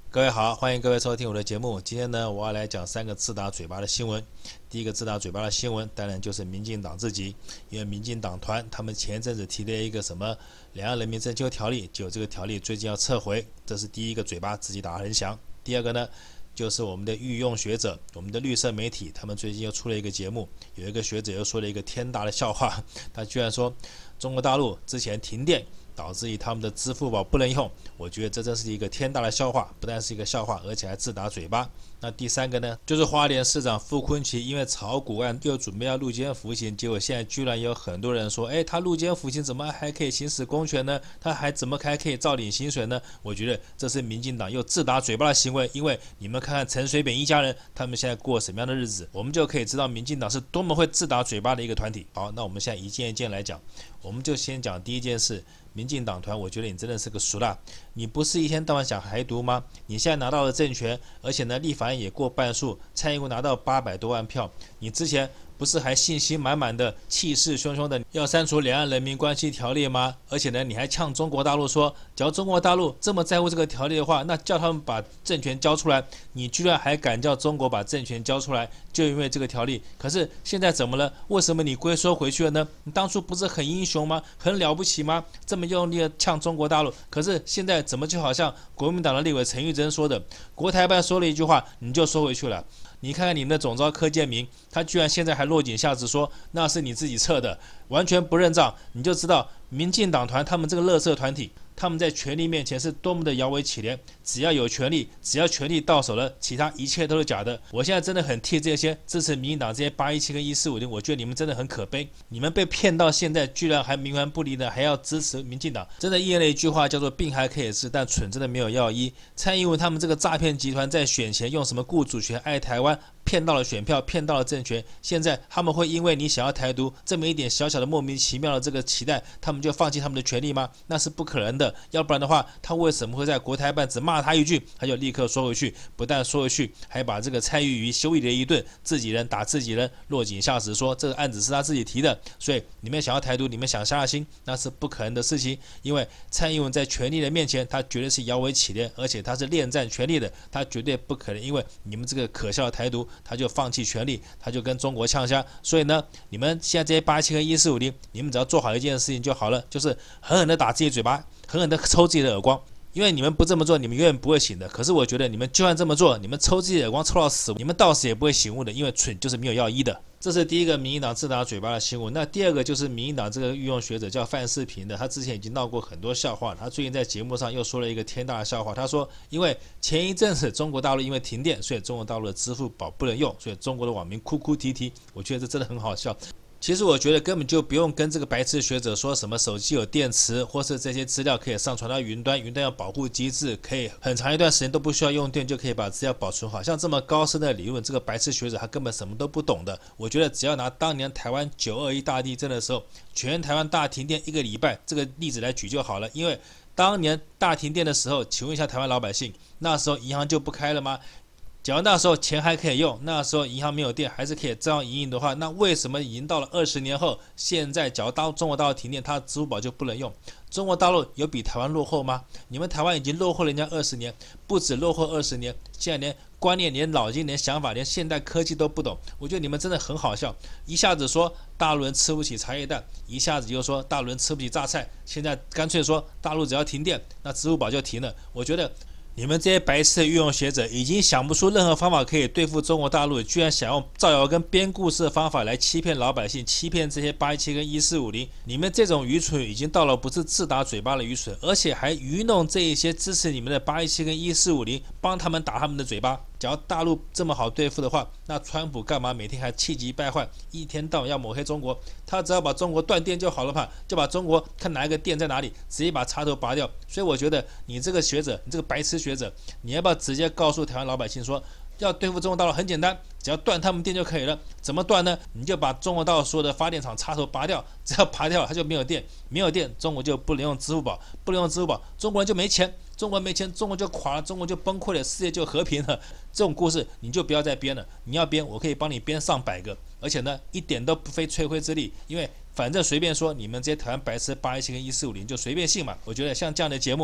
各位好，欢迎各位收听我的节目。今天呢，我要来讲3个自打嘴巴的新闻。第一个自打嘴巴的新闻，当然就是民进党自己，因为民进党团他们前一阵子提了一个什么两岸人民征求条例，就这个条例最近要撤回，这是第一个嘴巴自己打得很响。第二个呢，就是我们的御用学者，我们的绿色媒体，他们最近又出了一个节目，有一个学者又说了一个天大的笑话，他居然说中国大陆之前停电，导致于他们的支付宝不能用，我觉得这真是一个天大的笑话，不但是一个笑话，而且还自打嘴巴。那第三个呢，就是花莲市长傅崐萁因为炒股案又准备要入监服刑，结果现在居然有很多人说，他入监服刑怎么还可以行使公权呢？他还怎么还可以照领薪水呢？我觉得这是民进党又自打嘴巴的行为，因为你们看看陈水扁一家人，他们现在过什么样的日子，我们就可以知道民进党是多么会自打嘴巴的一个团体。好，那我们现在一件一件来讲，我们就先讲第一件事。民进党团，我觉得你真的是个俗辣，你不是一天到晚想台独吗？你现在拿到了政权，而且呢，立法院也过半数，蔡英文拿到800多万票，你之前不是还信心满满的、气势汹汹的要删除两岸人民关系条例吗？而且呢，你还呛中国大陆说，只要中国大陆这么在乎这个条例的话，那叫他们把政权交出来。你居然还敢叫中国把政权交出来，就因为这个条例。可是现在怎么了？为什么你龟缩回去了呢？你当初不是很英雄吗？很了不起吗？这么用力的呛中国大陆，可是现在怎么就好像国民党的立委陈玉珍说的，国台办说了一句话，你就收回去了。你看看你们的总召柯建铭，他居然现在还落井下石说那是你自己撤的，完全不认账，你就知道民进党团他们这个垃圾团体，他们在权力面前是多么的摇尾乞怜，只要有权力，只要权力到手了，其他一切都是假的。我现在真的很替这些支持民进党这些817跟1450，我觉得你们真的很可悲，你们被骗到现在居然还冥顽不离的还要支持民进党，真的应验了一句话叫做病还可以治，但蠢真的没有药医。蔡英文他们这个诈骗集团在选前用什么顾主权爱台湾，骗到了选票，骗到了政权，现在他们会因为你想要台独这么一点小小的莫名其妙的这个期待，他们就放弃他们的权利吗？那是不可能的。要不然的话，他为什么会在国台办只骂他一句，他就立刻缩回去？不但缩回去，还把这个蔡玉瑜修理了一顿，自己人打自己人，落井下石，说这个案子是他自己提的。所以你们想要台独，你们想下心，那是不可能的事情。因为蔡英文在权力的面前，他绝对是摇尾乞怜，而且他是恋战权力的，他绝对不可能因为你们这个可笑的台独，他就放弃权力，他就跟中国呛虾。所以呢，你们现在这些817跟1450，你们只要做好一件事情就好了，就是狠狠的打自己嘴巴，狠狠的抽自己的耳光。因为你们不这么做，你们永远不会醒的。可是我觉得你们就算这么做，你们抽自己的耳光抽到死，你们到死也不会醒悟的，因为蠢就是没有药医的。这是第一个民进党自打嘴巴的新闻。那第二个就是民进党这个御用学者叫范世平的，他之前已经闹过很多笑话，他最近在节目上又说了一个天大的笑话。他说，因为前一阵子中国大陆因为停电，所以中国大陆的支付宝不能用，所以中国的网民哭哭啼啼。我觉得这真的很好笑。其实我觉得根本就不用跟这个白痴学者说什么手机有电池，或是这些资料可以上传到云端，云端有保护机制，可以很长一段时间都不需要用电就可以把资料保存好。像这么高深的理论，这个白痴学者他根本什么都不懂的。我觉得只要拿当年台湾921大地震的时候，全台湾大停电1个礼拜这个例子来举就好了。因为当年大停电的时候，请问一下台湾老百姓，那时候银行就不开了吗？假如那时候钱还可以用，那时候银行没有电还是可以照样营运的话，那为什么已经到了20年后，现在假如中国大陆停电，它支付宝就不能用？中国大陆有比台湾落后吗？你们台湾已经落后人家20年，不止落后20年，现在连观念、连脑筋、连想法、连现代科技都不懂。我觉得你们真的很好笑，一下子说大陆人吃不起茶叶蛋，一下子又说大陆人吃不起榨菜，现在干脆说大陆只要停电，那支付宝就停了。我觉得你们这些白痴的御用学者已经想不出任何方法可以对付中国大陆，居然想用造谣跟编故事的方法来欺骗老百姓，欺骗这些817跟1450。你们这种愚蠢已经到了不是自打嘴巴的愚蠢，而且还愚弄这一些支持你们的817跟1450，帮他们打他们的嘴巴。假如大陆这么好对付的话，那川普干嘛每天还气急败坏，一天到晚要抹黑中国？他只要把中国断电就好了嘛，就把中国看哪一个电在哪里，直接把插头拔掉。所以我觉得你这个学者，你这个白痴学者，你要不要直接告诉台湾老百姓说，要对付中国大陆很简单，只要断他们电就可以了。怎么断呢？你就把中国大陆所有的发电厂插头拔掉，只要拔掉它就没有电，没有电中国就不能用支付宝，不能用支付宝中国人就没钱，中国没钱中国就垮了，中国就崩溃了，世界就和平了。这种故事你就不要再编了，你要编我可以帮你编上百个，而且呢一点都不费吹灰之力，因为反正随便说你们这些台湾白痴817跟1450就随便信嘛。我觉得像这样的节目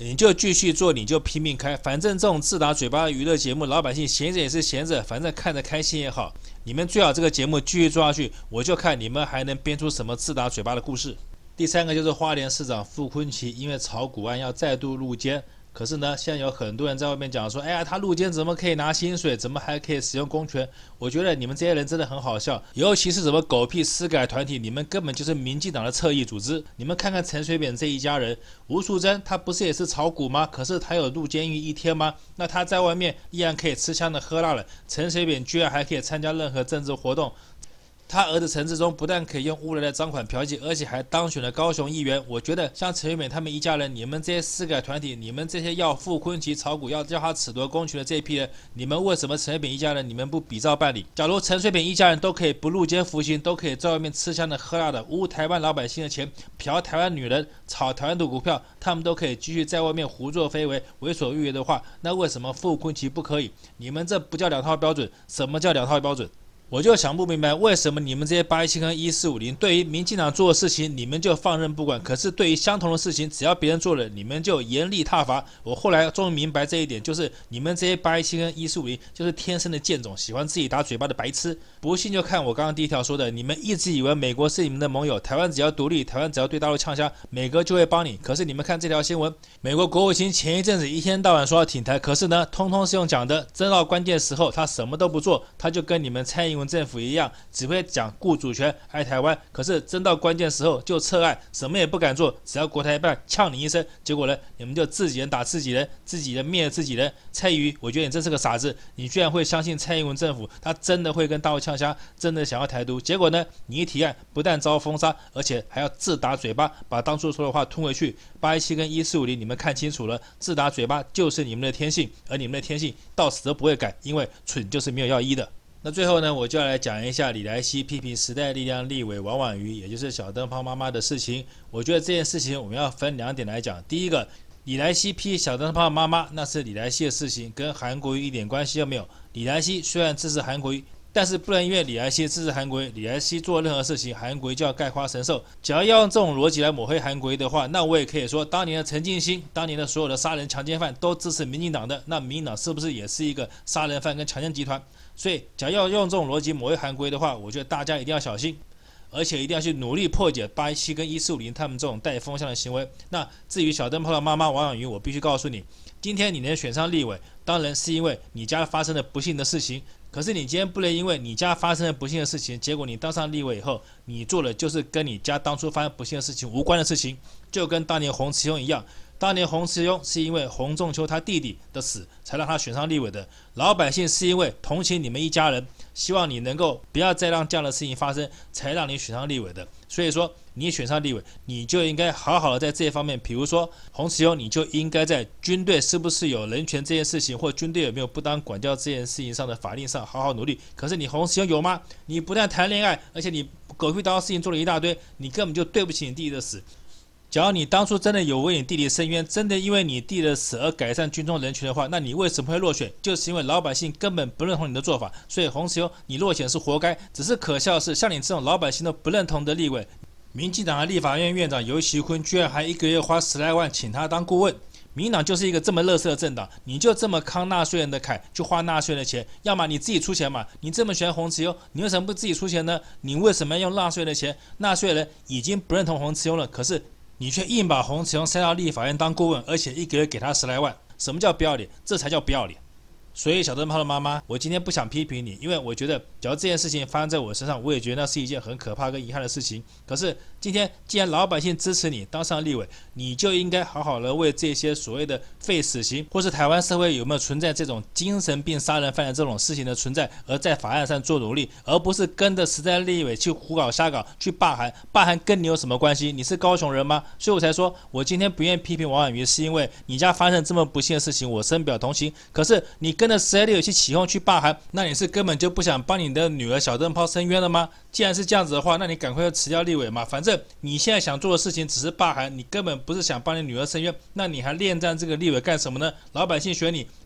你就继续做，你就拼命开，反正这种自打嘴巴的娱乐节目，老百姓闲着也是闲着，反正看着开心也好。你们最好这个节目继续做下去，我就看你们还能编出什么自打嘴巴的故事。第三个就是花莲市长傅崐萁因为炒股案要再度入监，可是呢，现在有很多人在外面讲说，哎呀，他入监怎么可以拿薪水，怎么还可以使用公权？我觉得你们这些人真的很好笑，尤其是什么狗屁私改团体，你们根本就是民进党的侧翼组织。你们看看陈水扁这一家人，吴淑珍他不是也是炒股吗？可是他有入监狱1天吗？那他在外面依然可以吃香的喝辣的，陈水扁居然还可以参加任何政治活动。他儿子陈致中不但可以用污来的赃款剽窃，而且还当选了高雄议员。我觉得像陈水扁他们一家人，你们这些私改团体，你们这些要傅崐萁炒股、要叫他褫夺公权的这一批人，你们为什么陈水扁一家人你们不比照办理？假如陈水扁一家人都可以不入监服刑，都可以在外面吃香的喝辣的，污台湾老百姓的钱，嫖台湾女人，炒台湾的股票，他们都可以继续在外面胡作非为、为所欲为的话，那为什么傅崐萁不可以？你们这不叫两套标准，什么叫两套标准？我就想不明白，为什么你们这些817跟1450对于民进党做的事情，你们就放任不管，可是对于相同的事情，只要别人做了，你们就严厉挞伐。我后来终于明白这一点，就是你们这些817跟1450就是天生的贱种，喜欢自己打嘴巴的白痴。不信就看我刚刚第一条说的，你们一直以为美国是你们的盟友，台湾只要独立，台湾只要对大陆呛虾，美国就会帮你。可是你们看这条新闻，美国国务卿前一阵子一天到晚说要挺台，可是呢，通通是用讲的，真到关键时候他什么都不做，他就跟你们蔡英文政府一样，只会讲顾主权、爱台湾，可是真到关键时候就撤案，什么也不敢做，只要国台办呛你一声，结果呢，你们就自己人打自己人，自己人灭了自己人。蔡英文，我觉得你真是个傻子，你居然会相信蔡英文政府，他真的会跟大陆呛虾，真的想要台独，结果呢，你一提案不但遭封杀，而且还要自打嘴巴，把当初说的话吞回去。817跟1450，你们看清楚了，自打嘴巴就是你们的天性，而你们的天性到死都不会改，因为蠢就是没有要医的。那最后呢，我就要来讲一下李来希批评时代力量立委王婉瑜，也就是小灯泡妈妈的事情。我觉得这件事情我们要分2点来讲。第一个，李来希批小灯泡妈妈，那是李来希的事情，跟韩国瑜一点关系都没有。李来希虽然支持韩国瑜，但是不能因为李来希支持韩国瑜，李来希做任何事情，韩国瑜就要概括承受。只要用这种逻辑来抹黑韩国瑜的话，那我也可以说，当年的陈进兴，当年的所有的杀人强奸犯都支持民进党的，那民进党是不是也是一个杀人犯跟强奸集团？所以，只要用这种逻辑抹黑韩国瑜的话，我觉得大家一定要小心，而且一定要去努力破解817跟1450他们这种带风向的行为。那至于小灯泡的妈妈王婉瑜，我必须告诉你，今天你能选上立委，当然是因为你家发生了不幸的事情。可是你今天不能因为你家发生了不幸的事情，结果你当上立委以后，你做的就是跟你家当初发生不幸的事情无关的事情，就跟当年洪慈庸一样。当年洪慈庸是因为洪仲丘他弟弟的死才让他选上立委的，老百姓是因为同情你们一家人，希望你能够不要再让这样的事情发生，才让你选上立委的。所以说你选上立委，你就应该好好的在这一方面，比如说洪慈庸，你就应该在军队是不是有人权这件事情，或军队有没有不当管教这件事情上的法令上好好努力。可是你洪慈庸有吗？你不但谈恋爱，而且你狗屁倒灶事情做了一大堆，你根本就对不起你弟弟的死。假如你当初真的有为你弟弟申冤，真的因为你弟的死而改善军中人权的话，那你为什么会落选？就是因为老百姓根本不认同你的做法。所以洪慈庸，你落选是活该。只是可笑的是，像你这种老百姓都不认同的立委，民进党的立法院院长游锡堃居然还1个月花10来万请他当顾问。民进党就是一个这么垃圾的政党，你就这么慷纳税人的慨，去花纳税人的钱，要么你自己出钱嘛。你这么喜欢洪慈庸，你为什么不自己出钱呢？你为什么要用纳税人的钱？纳税人已经不认同洪慈庸了，可是你却硬把洪慈庸塞到立法院当顾问，而且1个月给他10来万，什么叫不要脸？这才叫不要脸。所以小灯泡的妈妈，我今天不想批评你，因为我觉得只要这件事情发生在我身上，我也觉得那是一件很可怕跟遗憾的事情。可是今天既然老百姓支持你当上立委，你就应该好好的为这些所谓的废死刑，或是台湾社会有没有存在这种精神病杀人犯的这种事情的存在，而在法案上做努力，而不是跟着时代立委去胡搞瞎搞，去罢韩。罢韩跟你有什么关系？你是高雄人吗？所以我才说我今天不愿意批评王婉瑜，是因为你家发生这么不幸的事情，我深表同情。可是你跟着时代立委去起哄去罢韩，那你是根本就不想帮你的女儿小灯泡申冤了吗？既然是这样子的话，那你赶快要辞掉立委嘛。反正你现在想做的事情只是罢韩，你根本不是想帮你女儿申冤，那你还恋战这个立委干什么呢？老百姓选你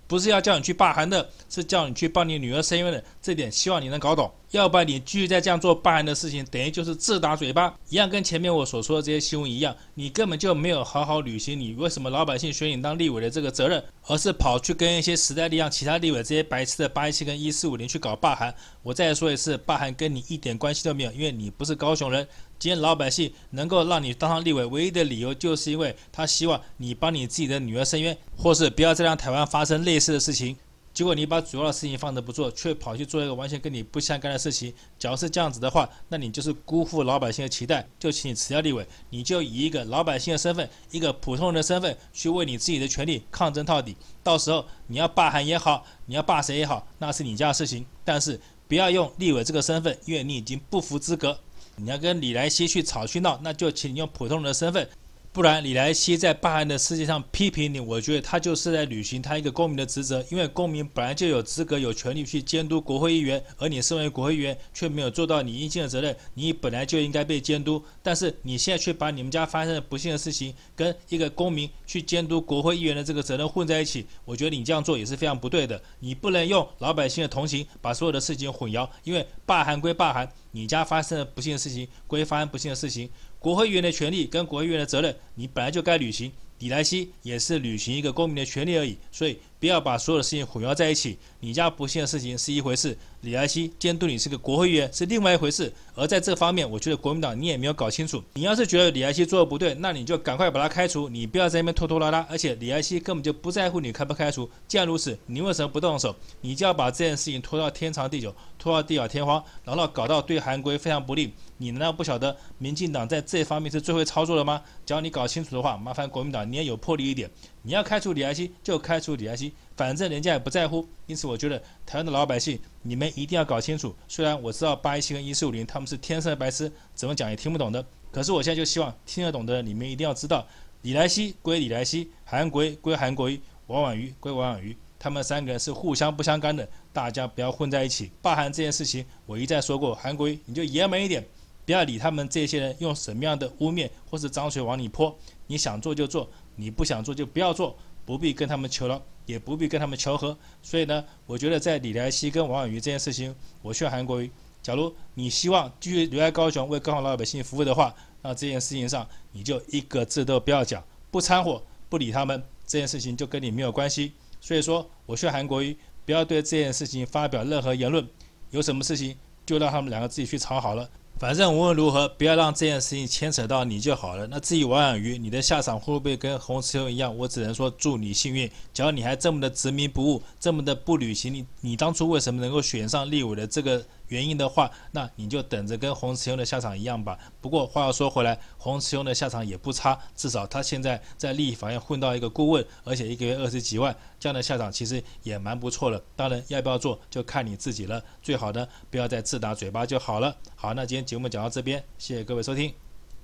不是要叫你去罢韩的，是叫你去帮你女儿申冤的，这点希望你能搞懂。要不然你继续再这样做罢韩的事情，等于就是自打嘴巴，一样跟前面我所说的这些新闻一样，你根本就没有好好履行你为什么老百姓选你当立委的这个责任，而是跑去跟一些时代力量其他立委这些白痴的817跟1450去搞罢韩。我再说一次，罢韩跟你一点关系都没有，因为你不是高雄人。今天老百姓能够让你当上立委，唯一的理由就是因为他希望你帮你自己的女儿申冤，或是不要再让台湾发生类似的事情。结果你把主要的事情放着不做，却跑去做一个完全跟你不相干的事情。假如是这样子的话，那你就是辜负老百姓的期待，就请你辞掉立委，你就以一个老百姓的身份，一个普通人的身份去为你自己的权利抗争到底。到时候你要罢韩也好，你要罢谁也好，那是你家的事情，但是不要用立委这个身份，因为你已经不符资格。你要跟李来熙去吵去闹，那就请你用普通人的身份，不然李来熙在罢韩的事情上批评你，我觉得他就是在履行他一个公民的职责，因为公民本来就有资格有权利去监督国会议员，而你身为国会议员却没有做到你应尽的责任，你本来就应该被监督，但是你现在却把你们家发生的不幸的事情跟一个公民去监督国会议员的这个责任混在一起，我觉得你这样做也是非常不对的。你不能用老百姓的同情把所有的事情混淆，因为罢韩归罢韩，你家发生的不幸的事情归发生不幸的事情，国会议员的权利跟国会议员的责任你本来就该履行，李来熙也是履行一个公民的权利而已，所以不要把所有的事情混淆在一起。你家不幸的事情是一回事，李来熙监督你是个国会议员是另外一回事，而在这方面我觉得国民党你也没有搞清楚。你要是觉得李来熙做的不对，那你就赶快把他开除，你不要在那边拖拖拉拉，而且李来熙根本就不在乎你开不开除，既然如此，你为什么不动手？你就要把这件事情拖到天长地久，拖到地老天荒，然后搞到对韩国非常不利。你难道不晓得民进党在这方面是最会操作的吗？只要你搞清楚的话，麻烦国民党你也有魄力一点，你要开除李来熙就开除李来熙，反正人家也不在乎。因此我觉得台湾的老百姓你们一定要搞清楚，虽然我知道817跟1450他们是天生的白痴，怎么讲也听不懂的，可是我现在就希望听得懂的人你们一定要知道，李来熙归李来熙，韩国瑜归韩国瑜，王婉瑜归王婉瑜，他们3个人是互相不相干的，大家不要混在一起。罢韩这件事情我一再说过，韩国瑜你就爷们一点，不要理他们这些人用什么样的污蔑或是脏水往你泼，你想做就做，你不想做就不要做，不必跟他们求饶，也不必跟他们求和。所以呢，我觉得在李来熙跟王婉瑜这件事情，我劝韩国瑜，假如你希望继续留在高雄为高雄老百姓服务的话，那这件事情上你就一个字都不要讲，不掺和，不理他们，这件事情就跟你没有关系。所以说，我劝韩国瑜不要对这件事情发表任何言论，有什么事情就让他们2个自己去吵好了。反正无论如何，不要让这件事情牵扯到你就好了。那至于王婉瑜，你的下场会不会跟洪慈庸一样？我只能说祝你幸运。假如你还这么的执迷不悟，这么的不履行你当初为什么能够选上立委的这个原因的话，那你就等着跟洪慈庸的下场一样吧。不过话又说回来，洪慈庸的下场也不差，至少他现在在立法院混到一个顾问，而且1个月20几万，这样的下场其实也蛮不错的。当然要不要做就看你自己了，最好呢不要再自打嘴巴就好了。好，那今天节目讲到这边，谢谢各位收听。